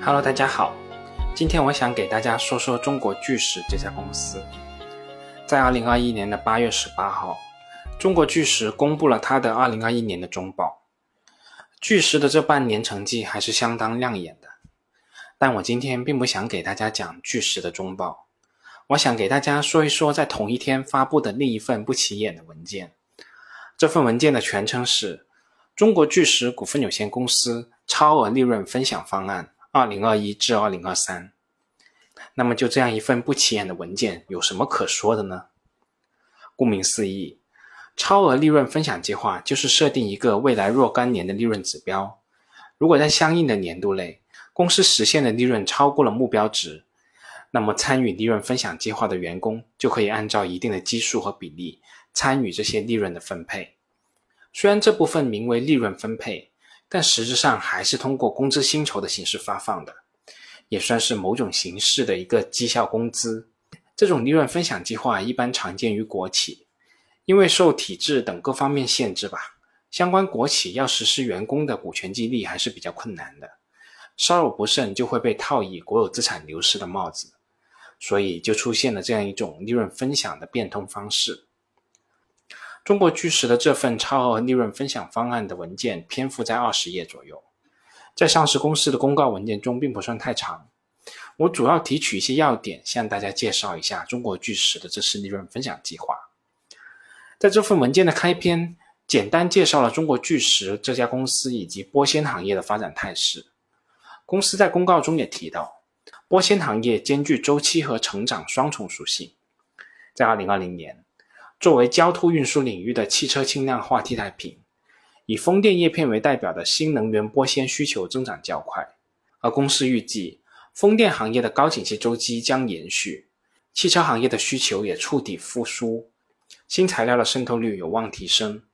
Hello， 大家好，今天我想给大家说说中国巨石这家公司。在2021年的8月18号，中国巨石公布了它的2021年的中报。巨石的这半年成绩还是相当亮眼的，但我今天并不想给大家讲巨石的中报，我想给大家说一说在同一天发布的另一份不起眼的文件。这份文件的全称是中国巨石股份有限公司超额利润分享方案2021至2023。那么就这样一份不起眼的文件有什么可说的呢？顾名思义，超额利润分享计划就是设定一个未来若干年的利润指标，如果在相应的年度内公司实现的利润超过了目标值，那么参与利润分享计划的员工就可以按照一定的基数和比例参与这些利润的分配。虽然这部分名为利润分配，但实质上还是通过工资薪酬的形式发放的，也算是某种形式的一个绩效工资。这种利润分享计划一般常见于国企，因为受体制等各方面限制吧，相关国企要实施员工的股权激励还是比较困难的，稍有不慎就会被套以国有资产流失的帽子，所以就出现了这样一种利润分享的变通方式。中国巨石的这份超额利润分享方案的文件篇幅在20页左右，在上市公司的公告文件中并不算太长，我主要提取一些要点向大家介绍一下中国巨石的这次利润分享计划。在这份文件的开篇，简单介绍了中国巨石这家公司以及玻纤行业的发展态势。公司在公告中也提到，玻纤行业兼具周期和成长双重属性。在2020年，作为交通运输领域的汽车轻量化替代品，以风电叶片为代表的新能源玻纤需求增长较快，而公司预计风电行业的高景气周期将延续，汽车行业的需求也触底复苏，新材料的渗透率有望提升，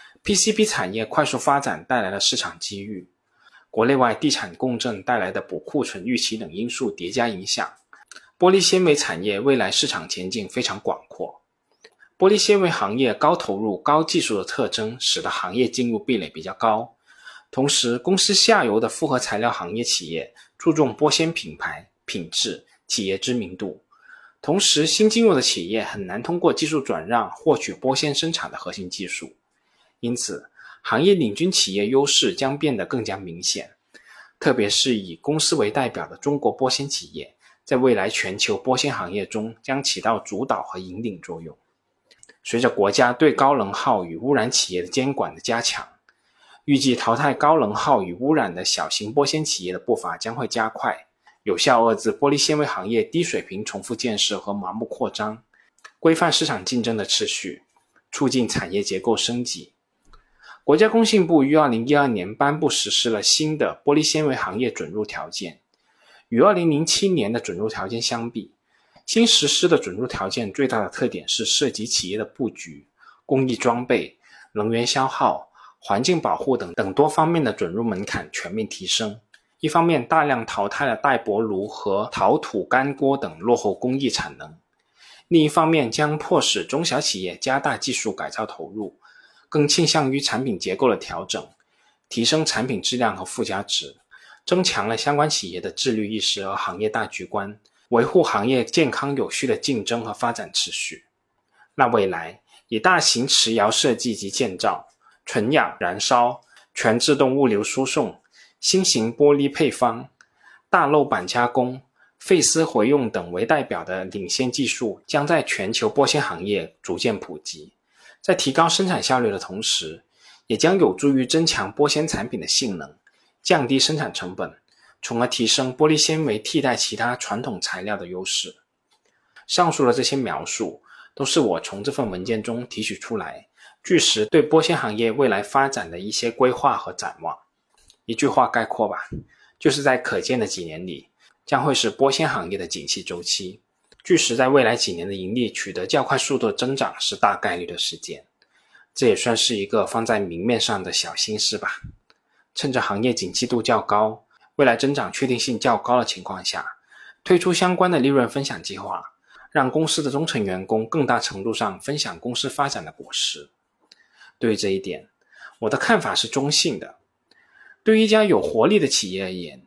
PCB 产业快速发展带来了市场机遇，国内外地产共振带来的补库存预期等因素叠加影响，玻璃纤维产业未来市场前景非常广阔。玻璃纤维行业高投入高技术的特征使得行业进入壁垒比较高，同时公司下游的复合材料行业企业注重玻纤品牌、品质、企业知名度，同时新进入的企业很难通过技术转让获取玻纤生产的核心技术，因此行业领军企业优势将变得更加明显，特别是以公司为代表的中国玻纤企业在未来全球玻纤行业中将起到主导和引领作用。随着国家对高能耗与污染企业的监管的加强，预计淘汰高能耗与污染的小型玻纤企业的步伐将会加快，有效遏制玻璃纤维行业低水平重复建设和盲目扩张，规范市场竞争的秩序，促进产业结构升级。国家工信部于2012年颁布实施了新的玻璃纤维行业准入条件，与2007年的准入条件相比，新实施的准入条件最大的特点是涉及企业的布局、工艺装备、能源消耗、环境保护等多方面的准入门槛全面提升。一方面大量淘汰了带薄炉和陶土干锅等落后工艺产能，另一方面将迫使中小企业加大技术改造投入，更倾向于产品结构的调整，提升产品质量和附加值，增强了相关企业的自律意识和行业大局观，维护行业健康有序的竞争和发展秩序。那未来以大型磁窑设计及建造、纯氧燃烧、全自动物流输送、新型玻璃配方、大漏板加工、废丝回用等为代表的领先技术将在全球玻纤行业逐渐普及，在提高生产效率的同时，也将有助于增强玻纤产品的性能，降低生产成本，从而提升玻璃纤维替代其他传统材料的优势。上述的这些描述都是我从这份文件中提取出来巨石对玻纤行业未来发展的一些规划和展望。一句话概括吧，就是在可见的几年里将会是玻纤行业的景气周期，巨石在未来几年的盈利取得较快速度的增长是大概率的事件，这也算是一个放在明面上的小心思吧。趁着行业景气度较高，未来增长确定性较高的情况下，推出相关的利润分享计划，让公司的中层员工更大程度上分享公司发展的果实。对于这一点，我的看法是中性的。对于一家有活力的企业而言，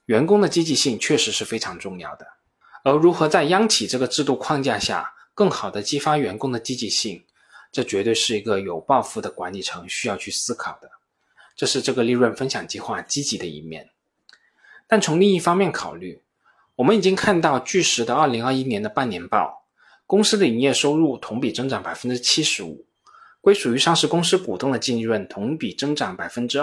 员工的积极性确实是非常重要的，而如何在央企这个制度框架下更好地激发员工的积极性，这绝对是一个有抱负的管理层需要去思考的。这是这个利润分享计划积极的一面。但从另一方面考虑，我们已经看到巨石的2021年的半年报，公司的营业收入同比增长 75%， 归属于上市公司股东的净利润同比增长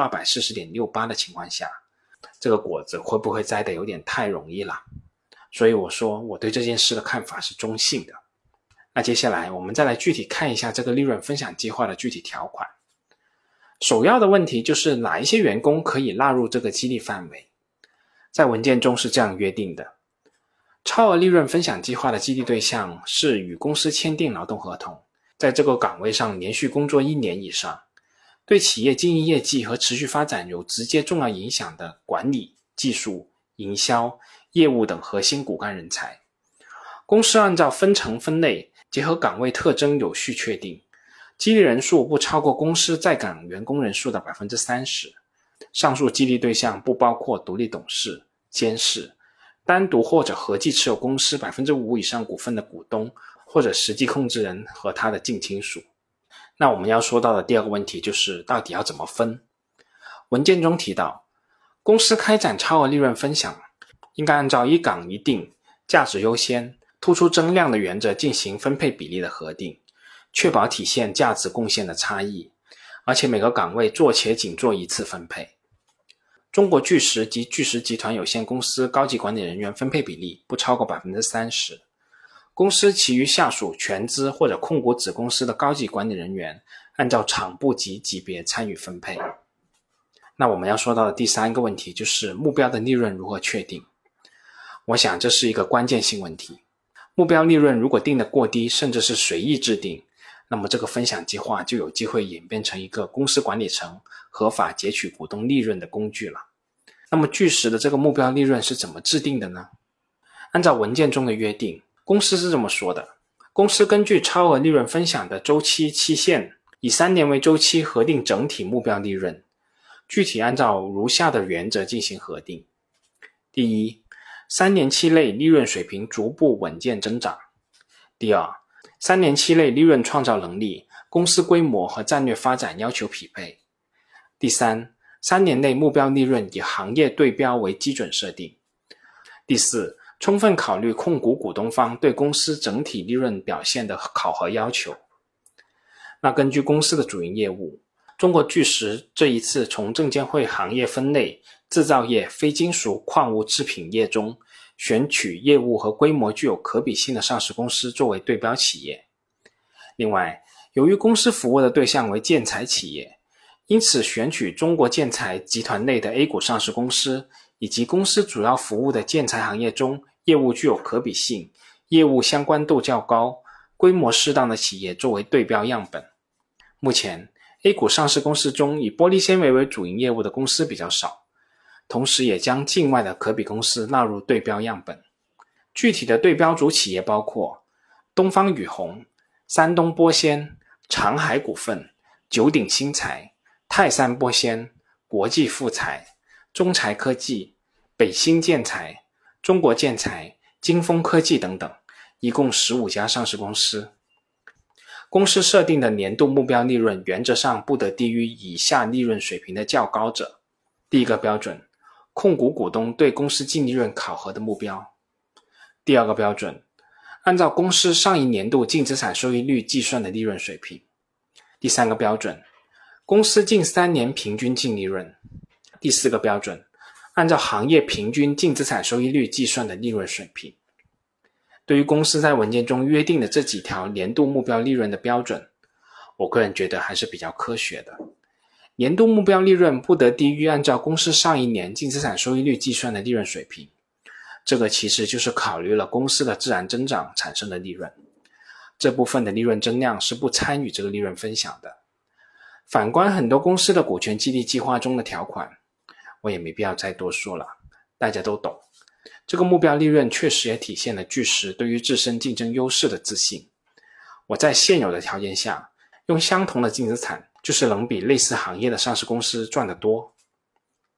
240.68% 的情况下，这个果子会不会摘得有点太容易了？所以我说我对这件事的看法是中性的。那接下来我们再来具体看一下这个利润分享计划的具体条款。首要的问题就是哪一些员工可以纳入这个激励范围。在文件中是这样约定的，超额利润分享计划的激励对象是与公司签订劳动合同，在这个岗位上连续工作1年以上，对企业经营业绩和持续发展有直接重要影响的管理、技术、营销、业务等核心骨干人才。公司按照分层分类，结合岗位特征有序确定，激励人数不超过公司在岗员工人数的 30%。上述激励对象不包括独立董事、监事、单独或者合计持有公司 5% 以上股份的股东或者实际控制人和他的近亲属。那我们要说到的第二个问题就是到底要怎么分。文件中提到，公司开展超额利润分享应该按照一岗一定、价值优先、突出增量的原则进行分配比例的核定，确保体现价值贡献的差异，而且每个岗位做且仅做一次分配。中国巨石及巨石集团有限公司高级管理人员分配比例不超过 30%， 公司其余下属全资或者控股子公司的高级管理人员按照厂部级级别参与分配。那我们要说到的第三个问题就是目标的利润如何确定。我想这是一个关键性问题。目标利润如果定得过低，甚至是随意制定，那么这个分享计划就有机会演变成一个公司管理层合法截取股东利润的工具了。那么巨石的这个目标利润是怎么制定的呢？按照文件中的约定，公司是这么说的，公司根据超额利润分享的周期期限，以3年为周期核定整体目标利润，具体按照如下的原则进行核定。第一，3年期内利润水平逐步稳健增长。第二，3年期内利润创造能力、公司规模和战略发展要求匹配。第三，3年内目标利润以行业对标为基准设定。第四，充分考虑控股股东方对公司整体利润表现的考核要求。那根据公司的主营业务，中国巨石这一次从证监会行业分类制造业、非金属矿物制品业中选取业务和规模具有可比性的上市公司作为对标企业。另外，由于公司服务的对象为建材企业，因此选取中国建材集团内的 A 股上市公司以及公司主要服务的建材行业中业务具有可比性、业务相关度较高、规模适当的企业作为对标样本。目前 A 股上市公司中以玻璃纤维为主营业务的公司比较少，同时也将境外的可比公司纳入对标样本。具体的对标组企业包括东方雨虹、山东玻纤、长海股份、九鼎新材、泰山玻纤、国际富材、中材科技、北新建材、中国建材、金风科技等等，一共15家上市公司。公司设定的年度目标利润原则上不得低于以下利润水平的较高者。第一个标准，控股股东对公司净利润考核的目标。第二个标准，按照公司上一年度净资产收益率计算的利润水平。第三个标准，公司近3年平均净利润。第四个标准，按照行业平均净资产收益率计算的利润水平。对于公司在文件中约定的这几条年度目标利润的标准，我个人觉得还是比较科学的。年度目标利润不得低于按照公司上一年净资产收益率计算的利润水平，这个其实就是考虑了公司的自然增长产生的利润，这部分的利润增量是不参与这个利润分享的。反观很多公司的股权激励计划中的条款，我也没必要再多说了，大家都懂。这个目标利润确实也体现了巨石对于自身竞争优势的自信。我在现有的条件下，用相同的净资产，就是能比类似行业的上市公司赚得多。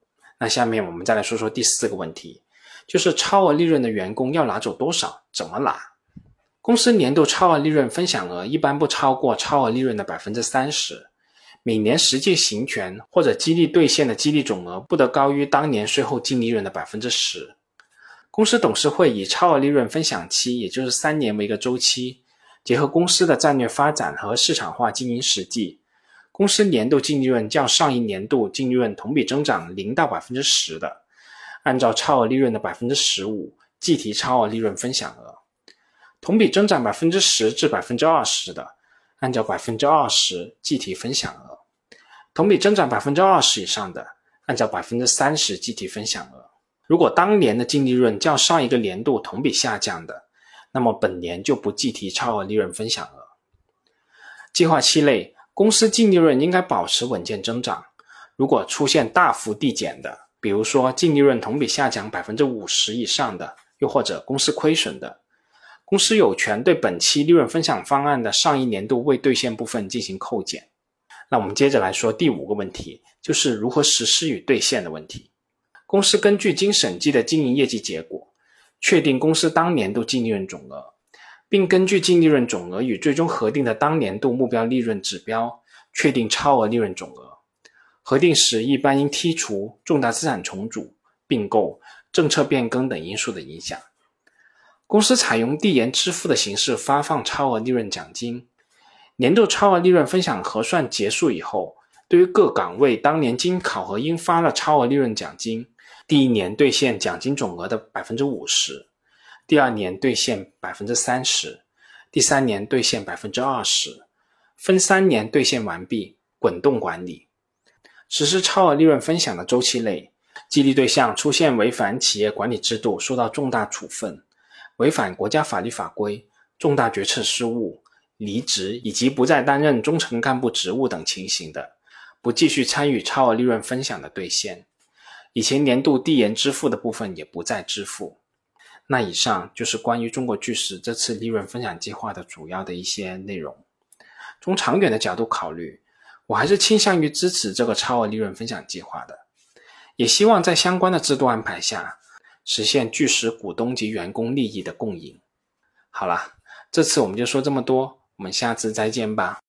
那下面我们再来说说第4个问题，就是超额利润的员工要拿走多少，怎么拿？公司年度超额利润分享额一般不超过超额利润的 30%， 每年实际行权或者激励兑现的激励总额不得高于当年税后净利润的 10%。 公司董事会以超额利润分享期，也就是3年为一个周期，结合公司的战略发展和市场化经营实际，公司年度净利润较上一年度净利润同比增长0到 10% 的，按照超额利润的 15% 计提超额利润分享额，同比增长 10% 至 20% 的，按照 20% 计提分享额，同比增长 20% 以上的，按照 30% 计提分享额。如果当年的净利润较上一个年度同比下降的，那么本年就不计提超额利润分享额。计划期内，公司净利润应该保持稳健增长，如果出现大幅递减的，比如说净利润同比下降 50% 以上的，又或者公司亏损的，公司有权对本期利润分享方案的上一年度未兑现部分进行扣减。那我们接着来说第5个问题，就是如何实施与兑现的问题。公司根据经审计的经营业绩结果，确定公司当年度净利润总额，并根据净利润总额与最终核定的当年度目标利润指标，确定超额利润总额。核定时一般应剔除重大资产重组、并购、政策变更等因素的影响。公司采用递延支付的形式发放超额利润奖金。年度超额利润分享核算结束以后，对于各岗位当年经考核应发的超额利润奖金，第1年兑现奖金总额的 50%， 第2年兑现 30%， 第3年兑现 20%， 分3年兑现完毕，滚动管理。实施超额利润分享的周期内，激励对象出现违反企业管理制度受到重大处分、违反国家法律法规、重大决策失误、离职以及不再担任中层干部职务等情形的，不继续参与超额利润分享的兑现，以前年度递延支付的部分也不再支付。那以上就是关于中国巨石这次利润分享计划的主要的一些内容。从长远的角度考虑，我还是倾向于支持这个超额利润分享计划的，也希望在相关的制度安排下，实现巨石股东及员工利益的共赢。好了，这次我们就说这么多，我们下次再见吧。